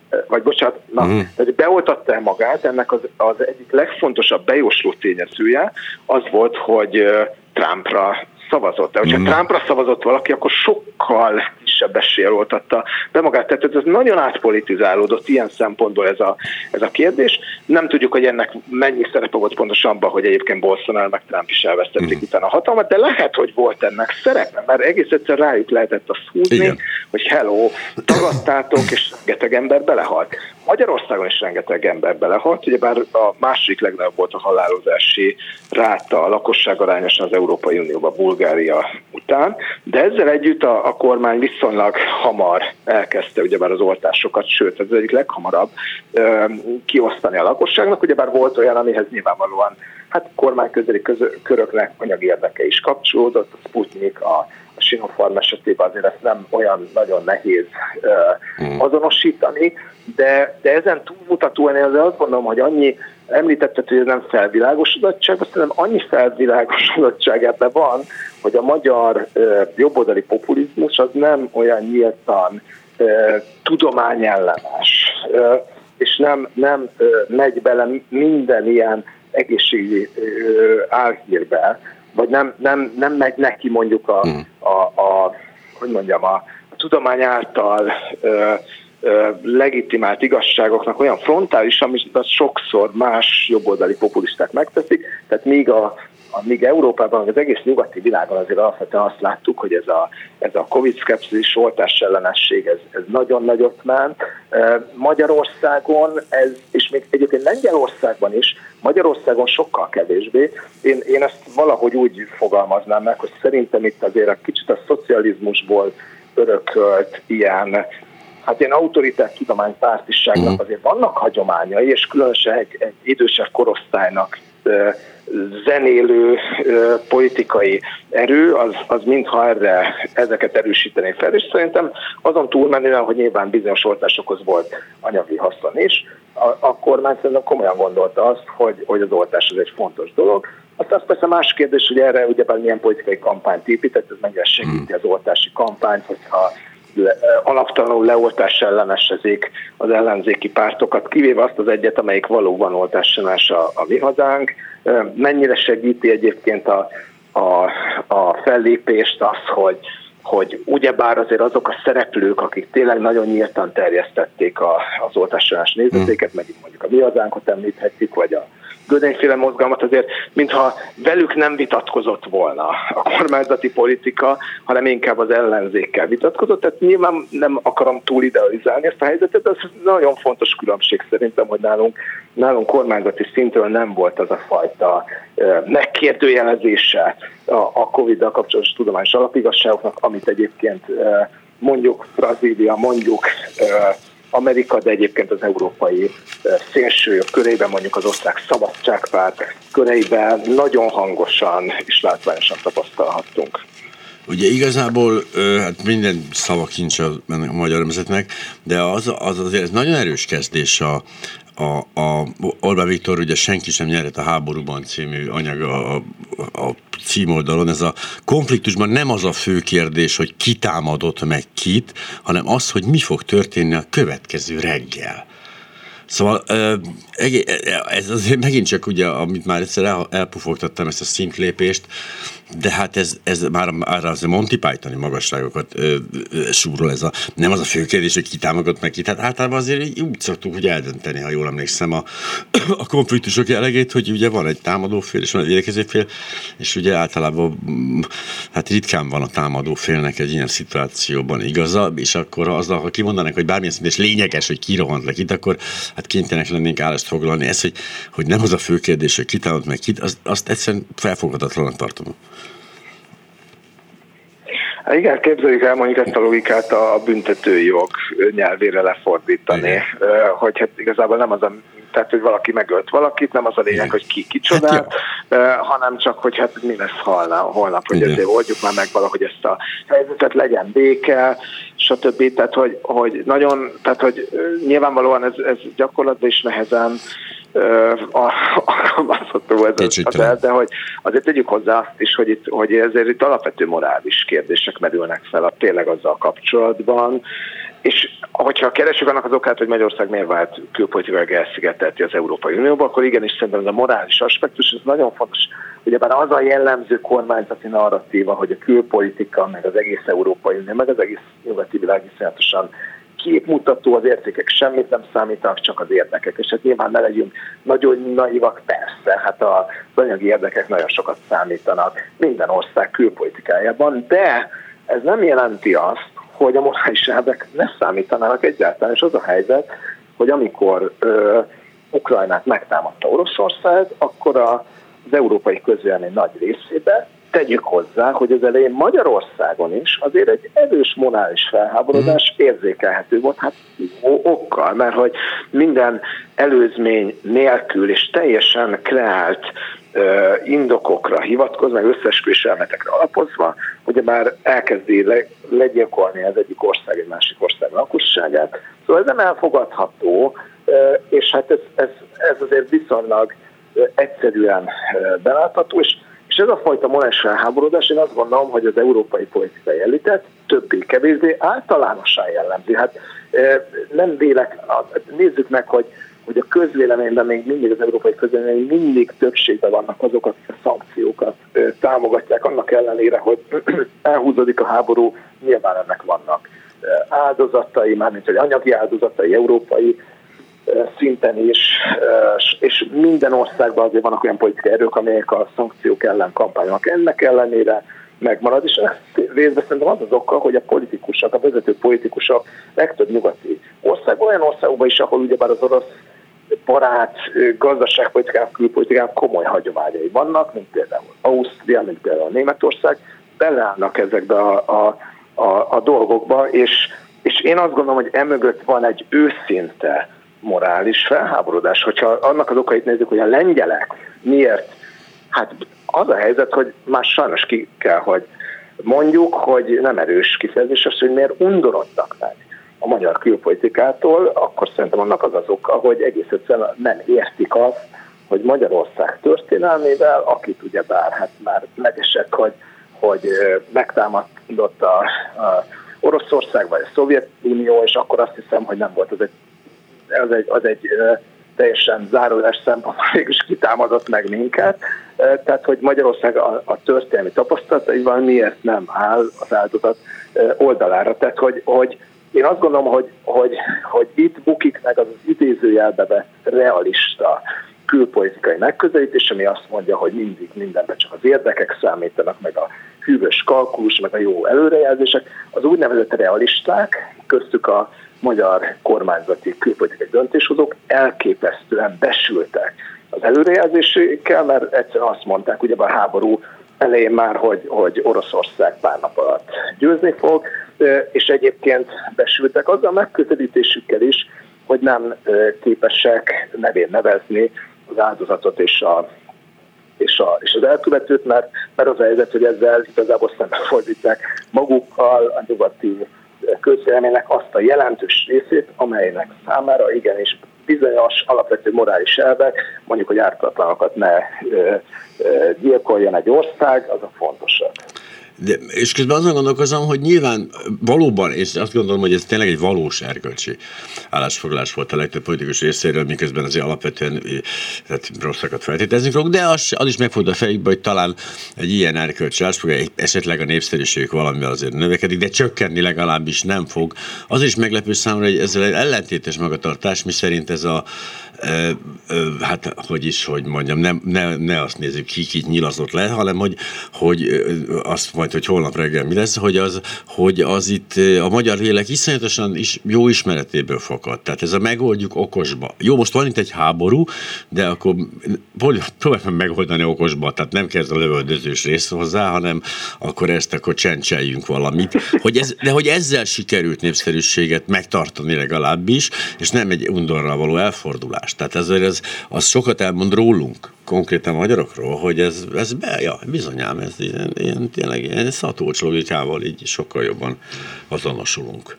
vagy bocsánat, beoltatta magát, ennek az egyik legfontosabb bejósló tényezője az volt, hogy Trumpra szavazott. De hogyha Trumpra szavazott valaki, akkor sokkal kisebb eséllyel oltatta be magát. Tehát ez nagyon átpolitizálódott ilyen szempontból ez a kérdés. Nem tudjuk, hogy ennek mennyi szerepe volt pontosan abban, hogy egyébként Bolsonaro meg Trump is elvesztették utána a hatalmat, de lehet, hogy volt ennek szerepe, mert egész egyszer rájuk lehetett azt húzni, hogy hello, tagadtátok, és rengeteg ember belehalt. Magyarországon is rengeteg ember belehalt, ugyebár a második legnagyobb volt a halálozási ráta a lakosság arányosan az Európai Unióban, Bulgária után, de ezzel együtt a kormány viszonylag hamar elkezdte ugyebár az oltásokat, sőt, ez egyik leghamarabb kiosztani a lakosságnak, ugyebár volt olyan, amihez nyilvánvalóan kormányközeli köröknek anyagi érdeke is kapcsolódott, a Sputnik, a Sinopharm esetében azért ezt nem olyan nagyon nehéz azonosítani, de ezen túlmutatóan én azért azt gondolom, hogy annyi említetted, hogy ez nem felvilágosodottság, azt hiszem annyi felvilágosodottság ebben van, hogy a magyar jobboldali populizmus az nem olyan nyíltan tudományellenes, és nem megy bele minden ilyen egészségügyi álhírbe, vagy nem megy neki mondjuk a tudomány által legitimált igazságoknak olyan frontális, amit sokszor más jobboldali populisták megteszik, tehát míg Európában, az egész nyugati világon azért alapvetően azt láttuk, hogy ez a Covid-szkepszis, oltás ellenesség, ez nagyon nagyot ment. Magyarországon és még egyébként Lengyelországban is, Magyarországon sokkal kevésbé. Én ezt valahogy úgy fogalmaznám meg, hogy szerintem itt azért a kicsit a szocializmusból örökölt ilyen autoritár tudománypártiságnak azért vannak hagyományai, és különösen egy idősebb korosztálynak zenélő politikai erő, az mintha ezeket erősítené fel, és szerintem azon túlmenően, hogy nyilván bizonyos oltásokhoz volt anyagi haszon is, a kormány szerintem komolyan gondolta azt, hogy az oltás az egy fontos dolog. Aztán persze más kérdés, hogy erre ugyebár milyen politikai kampányt épített, ez mennyire segíti az oltási kampányt, hogyha alaptalanul leoltás ellenesezik az ellenzéki pártokat, kivéve azt az egyet, amelyik valóban oltásellenes a mi hazánk. Mennyire segíti egyébként a fellépést az, hogy ugyebár azért azok a szereplők, akik tényleg nagyon nyíltan terjesztették az oltásellenes nézetéket, megint mondjuk a mi hazánkot említhetjük, vagy a Gödényféle mozgalmat, azért mintha velük nem vitatkozott volna a kormányzati politika, hanem inkább az ellenzékkel vitatkozott. Tehát nyilván nem akarom túl idealizálni ezt a helyzetet, de ez nagyon fontos különbség szerintem, hogy nálunk kormányzati szintről nem volt az a fajta megkérdőjelezése a Covid-dal kapcsolatos tudományos alapigazságoknak, amit egyébként mondjuk Brazília, mondjuk Amerika, de egyébként az európai szélsőjobb körében, mondjuk az osztrák szabadságpárt köreiben nagyon hangosan és látványosan tapasztalhattunk. Ugye igazából hát minden szava kincs a magyar nemzetnek, de az azért nagyon erős kezdés a Orbán Viktor, ugye Senki sem nyerhet a háborúban című anyaga a címoldalon. Ez a konfliktusban nem az a fő kérdés, hogy ki támadott meg kit, hanem az, hogy mi fog történni a következő reggel. Szóval ez azért megint csak ugye, amit már egyszer elpufogtattam, ezt a szintlépést, de hát ez már az a Monty Pythoni magasságokat súrol, nem az a fő kérdés, hogy ki támogat meg ki. Tehát általában azért úgy szoktuk, hogy eldönteni, ha jól emlékszem, a konfliktusok jellegét, hogy ugye van egy támadó fél, és van egy védekező fél, és ugye általában hát ritkán van a támadó félnek egy ilyen szituációban igaza, és akkor azzal, ha kimondanak, hogy bármilyen szint, és lényeges, hogy ki rohant le kit, akkor hát kénytelenek lennénk állást foglalni. Ez, hogy nem az a fő kérdés, hogy ki támad meg kit, azt egyszerűen felfoghatatlanak tartom. Igen, képzeljük el mondjuk ezt a logikát a büntetői jog nyelvére lefordítani, hogy hát igazából nem az tehát, hogy valaki megölt valakit, nem az a lényeg, hogy ki kicsodál, hanem csak, hogy hát mi lesz holnap, hogy azért oldjuk már meg valahogy ezt a helyzetet, legyen béke, stb. Tehát, hogy nagyon, tehát, hogy nyilvánvalóan ez gyakorlatban is nehezen alkalmazható de hogy azért tegyük hozzá azt is, hogy ezért itt alapvető morális kérdések merülnek fel tényleg azzal kapcsolatban, És hogyha keresjük annak az okát, hogy Magyarország miért vált külpolitikailag elszigetelti az Európai Unióba, akkor igenis szerintem ez a morális aspektus, ez nagyon fontos. Ugyebár az a jellemző kormányzati narratíva, hogy a külpolitika, meg az egész Európai Unió, meg az egész nyugati világ iszonyatosan képmutató, az értékek semmit nem számítanak, csak az érdekek. És hát nyilván ne legyünk nagyon naivak, persze, hát az anyagi érdekek nagyon sokat számítanak minden ország külpolitikájában, de ez nem jelenti azt, hogy a morális elvek ne számítanának egyáltalán, és az a helyzet, hogy amikor Ukrajnát megtámadta Oroszország, akkor az európai közvélemény nagy részében tegyük hozzá, hogy az elején Magyarországon is azért egy erős morális felháborodás érzékelhető volt, hát okkal, mert hogy minden előzmény nélkül és teljesen kreált indokokra hivatkozva, meg összeesküvés elméletekre alapozva, ugye már elkezdi legyilkolni az egyik ország egy másik ország lakosságát. Szóval ez nem elfogadható, és hát ez azért viszonylag egyszerűen belátható, és ez a fajta morális felháborodás, én azt gondolom, hogy az európai politikai elitet többé-kevésbé általánosan jellemzi. Hát nem nézzük meg, hogy a közvéleményben még mindig az európai közvélemény mindig többségben vannak azok, akik a szankciókat támogatják, annak ellenére, hogy elhúzódik a háború, nyilván ennek vannak áldozatai, mármint hogy anyagi áldozatai, európai szinten is, és minden országban azért vannak olyan politikai erők, amelyek a szankciók ellen kampányolnak. Ennek ellenére megmarad, és részben szerintem az oka, hogy a politikusok, a vezető politikusok legtöbb nyugati országban, olyan országokban is, ahol ugyebár az orosz barát gazdaságpolitikának, külpolitikának komoly hagyományai vannak, mint például Ausztria, mint például Németország, beleállnak ezekbe a dolgokba, és én azt gondolom, hogy emögött van egy őszinte morális felháborodás. Hogyha annak az okait nézzük, hogy a lengyelek miért, hát az a helyzet, hogy már sajnos ki kell, hogy mondjuk, hogy nem erős kifejezés az, hogy miért undorodtak meg a magyar külpolitikától, akkor szerintem annak az oka, hogy egész egyszerűen nem értik azt, hogy Magyarország történelmével, akit ugyebár hát már megesek, hogy megtámadott a Oroszország vagy a Szovjetunió, és akkor azt hiszem, hogy nem volt az egy teljesen zárójeles szempont, mégis kitámadott meg minket. Tehát, hogy Magyarország a történelmi tapasztalataival miért nem áll az áldozat oldalára. Tehát, hogy én azt gondolom, hogy itt bukik meg az idézőjelbe vett realista külpolitikai megközelítés, ami azt mondja, hogy mindig mindenben csak az érdekek számítanak, meg a hűvös kalkulus, meg a jó előrejelzések. Az úgynevezett realisták, köztük a magyar kormányzati külpolitikai döntéshozók elképesztően besültek az előrejelzésekkel, mert egyszerűen azt mondták, ugye a háború elején már, hogy Oroszország pár nap alatt győzni fog, és egyébként besültek azzal a megközelítésükkel is, hogy nem képesek nevén nevezni az áldozatot és az elkövetőt, mert az a helyzet, hogy ezzel igazából szembefordítják magukkal a nyugati közvéleménynek azt a jelentős részét, amelynek számára igenis bizonyos alapvető morális elvek, mondjuk, hogy ártatlanokat ne gyilkoljon egy ország, az a fontosabb. És közben azon gondolkozom, hogy nyilván valóban, és azt gondolom, hogy ez tényleg egy valós erkölcsi állásfoglalás volt a legtöbb politikus részéről, miközben azért alapvetően rosszakat feltételezünk róluk, de az is megfordul a fejükbe, hogy talán egy ilyen erkölcsi állásfoglalás, esetleg a népszerűségük valamivel azért növekedik, de csökkenni legalábbis nem fog. Az is meglepő számomra, hogy ezzel egy ellentétes magatartás, miszerint ez a hát, hogy mondjam, ne azt nézzük, ki nyilazott le, hanem hogy azt majd, hogy holnap reggel mi lesz, hogy az itt a magyar lélek iszonyatosan jó ismeretéből fakad. Tehát ez a megoldjuk okosba. Jó, most van itt egy háború, de akkor próbáljuk megoldani okosba, tehát nem kezd a lövöldözős rész hozzá, hanem akkor csendseljünk valamit. De hogy ezzel sikerült népszerűséget megtartani legalábbis, és nem egy undorral való elfordulás. Tehát ez sokat elmond rólunk, konkrétan magyarokról, hogy ez bizonyám, ez ilyen tényleg ilyen szatolcs logikával így sokkal jobban azonosulunk.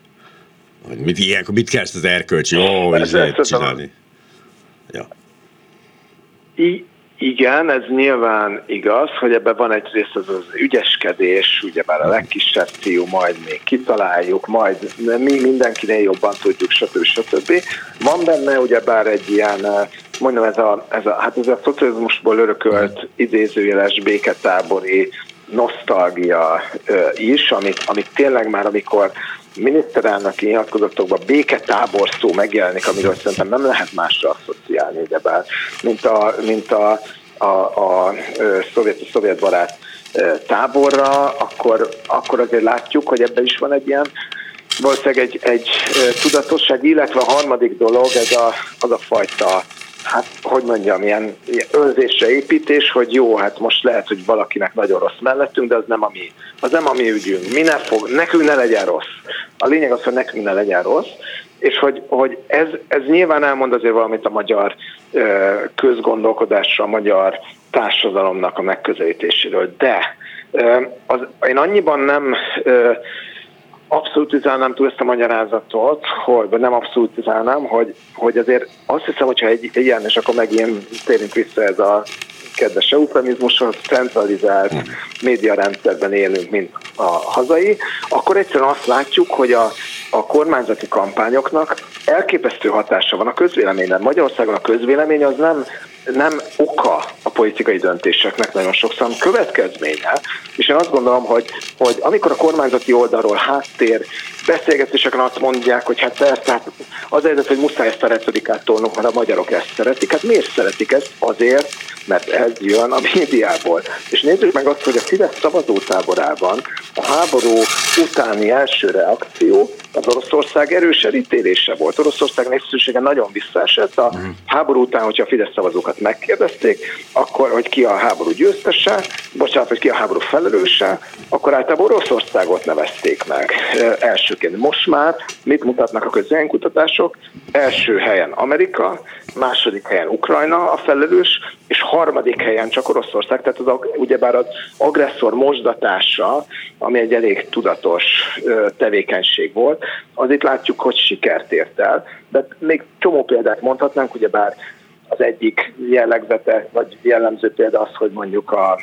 Mit kell ezt az erkölcsi, csinálni? Ja. Igen, ez nyilván igaz, hogy ebben van egyrészt az ügyeskedés, ugyebár a legkisebb fiú, majd még kitaláljuk, majd mi mindenkinél jobban tudjuk, stb. Van benne ugyebár egy ilyen, mondom, ez a szocializmusból örökölt idézőjeles béketábori nosztalgia is, amit tényleg már amikor miniszterelnöki nyilatkozatokban béketábor szó megjelenik, amiről szerintem nem lehet másra asszociálni, ugyebár, mint a szovjet barát táborra, akkor azért látjuk, hogy ebben is van egy ilyen valószínűleg egy tudatosság, illetve a harmadik dolog, az a fajta, hát hogy mondjam, ilyen önzésre építés, hogy jó, hát most lehet, hogy valakinek nagyon rossz mellettünk, de az nem a mi ügyünk. Nekünk ne legyen rossz. A lényeg az, hogy nekünk ne legyen rossz, és hogy ez nyilván elmond azért valamit a magyar közgondolkodásra, a magyar társadalomnak a megközelítéséről, de én annyiban nem abszolutizálnám túl ezt a magyarázatot, vagy nem abszolutizálnám, hogy azért azt hiszem, hogyha egy ilyen, és akkor megint térünk vissza ez a kedves eufemizmushoz, centralizált médiarendszerben élünk, mint a hazai, akkor egyszerűen azt látjuk, hogy a kormányzati kampányoknak elképesztő hatása van a közvéleményen. Magyarországon a közvélemény az nem oka a politikai döntéseknek nagyon sokszor, hanem következménye. És én azt gondolom, hogy amikor a kormányzati oldalról háttér beszélgetéseken azt mondják, hogy hát persze, hát azért, hogy muszáj ezt a retorikát tolnunk, mert a magyarok ezt szeretik. Hát miért szeretik ezt? Azért, mert ez jön a médiából. És nézzük meg azt, hogy a Fidesz szavazótáborában a háború utáni első reakció az Oroszország erős elítélése volt. Oroszország népszerűsége nagyon visszaesett. A háború után, hogyha a Fidesz szavazókat megkérdezték, akkor, hogy ki a háború győztese, hogy ki a háború felelőse, akkor általában Oroszországot nevezték meg elsőként. Most már mit mutatnak a közvéleménykutatások? Első helyen Amerika, második helyen Ukrajna a felelős, és harmadik helyen csak Oroszország, tehát ugyebár az agresszor mosdatása, ami egy elég tudatos tevékenység volt, az itt látjuk, hogy sikert ért el. De még csomó példát mondhatnánk, ugyebár az egyik jellegzete, vagy jellemző példa az, hogy mondjuk a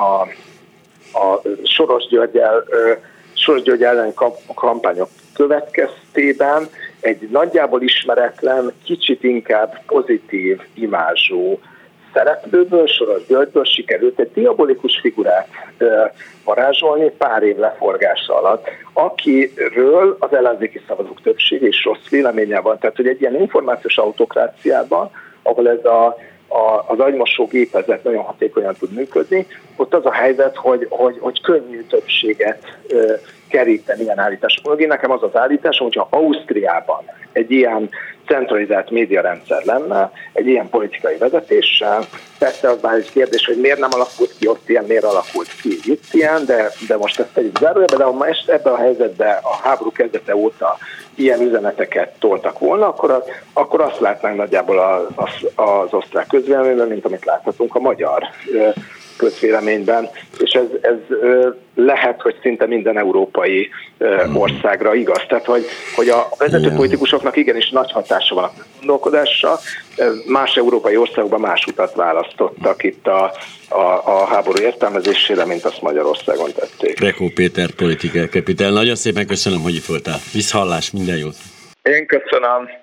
Soros György elleni kampányok következtében egy nagyjából ismeretlen, kicsit inkább pozitív imázsú szereplőből, Soros Györgyből sikerült egy diabolikus figurát varázsolni pár év leforgása alatt, akiről az ellenzéki szavazók többsége is rossz véleménye van. Tehát, hogy egy ilyen információs autokráciában, ahol ez az agymosó gépezet nagyon hatékonyan tud működni, ott az a helyzet, hogy könnyű többséget keríteni ilyen állítások mögé. Nekem az az állításom, hogyha Ausztriában egy ilyen centralizált médiarendszer lenne, egy ilyen politikai vezetéssel, persze az már egy kérdés, hogy miért nem alakult ki ott ilyen, miért alakult ki itt ilyen, de most ezt tegyük zárójelbe, de ha most ebben a helyzetben a háború kezdete óta ilyen üzeneteket toltak volna, akkor azt látnánk nagyjából az osztrák közvéleményben, mint amit láthatunk a magyar közvéleményben, és ez lehet, hogy szinte minden európai országra igaz. Tehát, hogy a vezető politikusoknak igenis nagy hatása van a gondolkodásra, más európai országokban más utat választottak itt a háború értelmezésére, mint azt Magyarországon tették. Rekó Péter, Political Capital. Nagyon szépen köszönöm, hogy itt voltál. Viszhallás, minden jót! Én köszönöm.